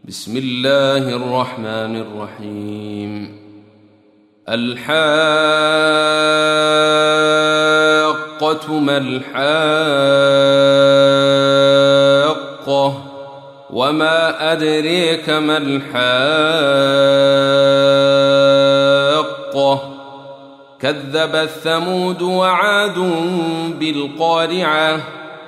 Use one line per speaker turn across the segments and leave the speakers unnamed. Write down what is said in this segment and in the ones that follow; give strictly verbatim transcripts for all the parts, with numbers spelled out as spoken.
بسم الله الرحمن الرحيم. الحاقة ما الحاقة وما أدريك ما الحاقة كذبت ثمود وعاد بالقارعة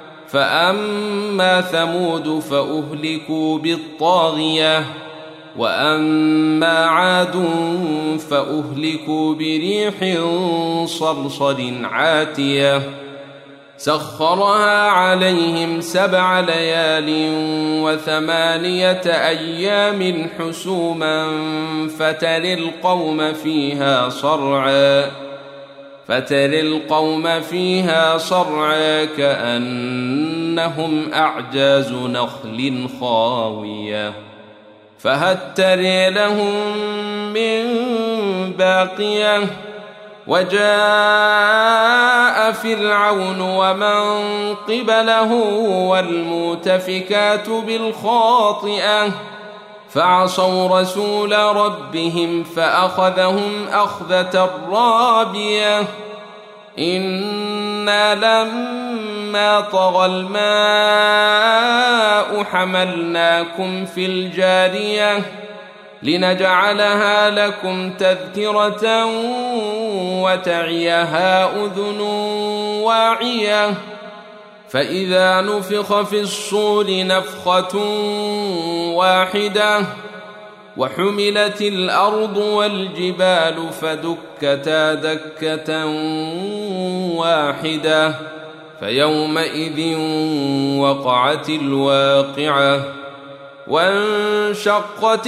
فأما ثمود فأهلكوا بالطاغية وأما عاد فأهلكوا بريح صرصر عاتية سخرها عليهم سبع ليال وثمانية أيام حسوما فترى القوم فيها صرعا فترى القوم فيها صرعا كأنهم أعجاز نخل خاوية فهل ترى لهم من باقية وجاء فرعون ومن قبله والمؤتفكات بالخاطئة فعصوا رسول ربهم فأخذهم أخذة رابية إنا لما طغى الماء حملناكم في الجارية لنجعلها لكم تذكرة وتعيها أذن واعية فإذا نفخ في الصور نفخة واحدة وحملت الأرض والجبال فدكتا دكة واحدة فيومئذ وقعت الواقعة وانشقت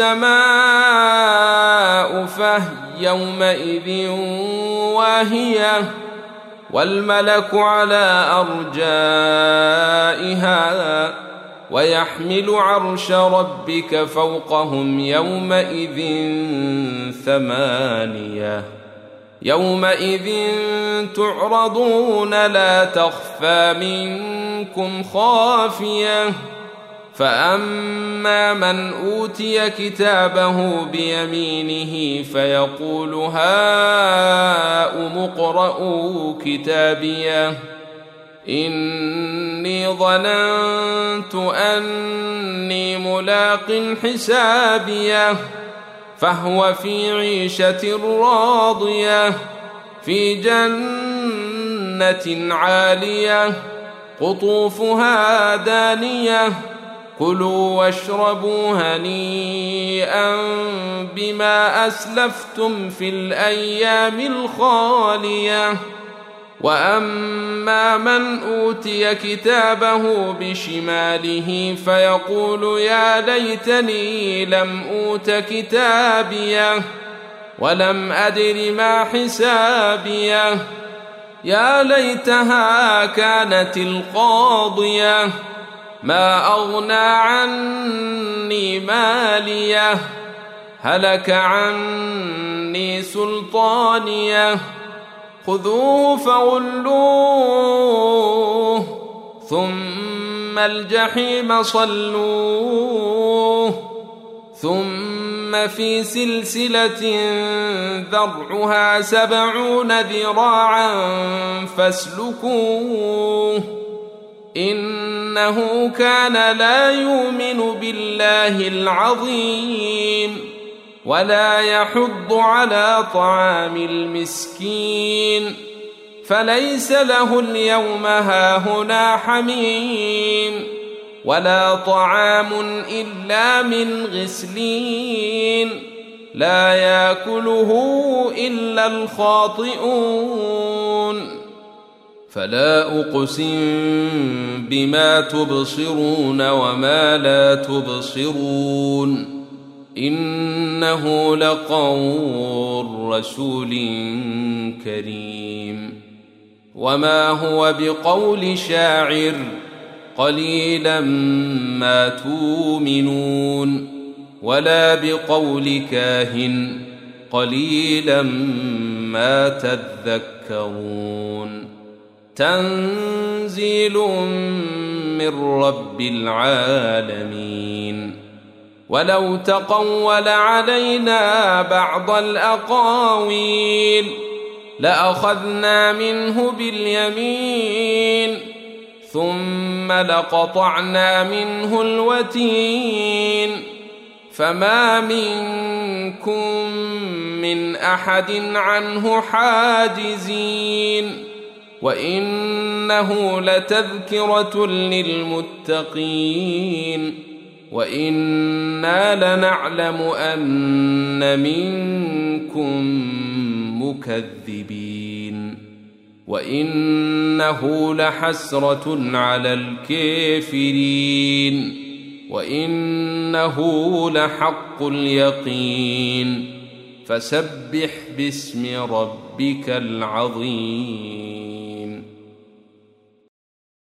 السماء فهي يومئذ واهية والملك على أرجائها ويحمل عرش ربك فوقهم يومئذ ثمانية يومئذ تعرضون لا تخفى منكم خافية فأما من أوتي كتابه بيمينه فيقول هاؤم اقرءوا كتابيه إني ظننت أني ملاق حسابيه فهو في عيشة راضية في جنة عالية قطوفها دانية كلوا واشربوا هنيئا بما أسلفتم في الأيام الخالية وأما من أوتي كتابه بشماله فيقول يا ليتني لم أوت كتابيه ولم أدر ما حسابيه يا ليتها كانت القاضية ما أغنى عني ماليه هلك عني سلطانيه خذوه فغلوه ثم الجحيم صلوه ثم في سلسلة ذرعها سبعون ذراعا فاسلكوه إنه كان لا يؤمن بالله العظيم ولا يحض على طعام المسكين فليس له اليوم هاهنا حميم ولا طعام إلا من غسلين لا يأكله إلا الخاطئون فلا أقسم بما تبصرون وما لا تبصرون إنه لقول رسول كريم وما هو بقول شاعر قليلا ما تؤمنون ولا بقول كاهن قليلا ما تذكرون تنزيل من رب العالمين ولو تقول علينا بعض الأقاويل لأخذنا منه باليمين ثم لقطعنا منه الوتين فما منكم من أحد عنه حاجزين وإنه لتذكرة للمتقين وإنا لنعلم أن منكم مكذبين وإنه لحسرة على الكافرين وإنه لحق اليقين فسبح باسم ربك العظيم.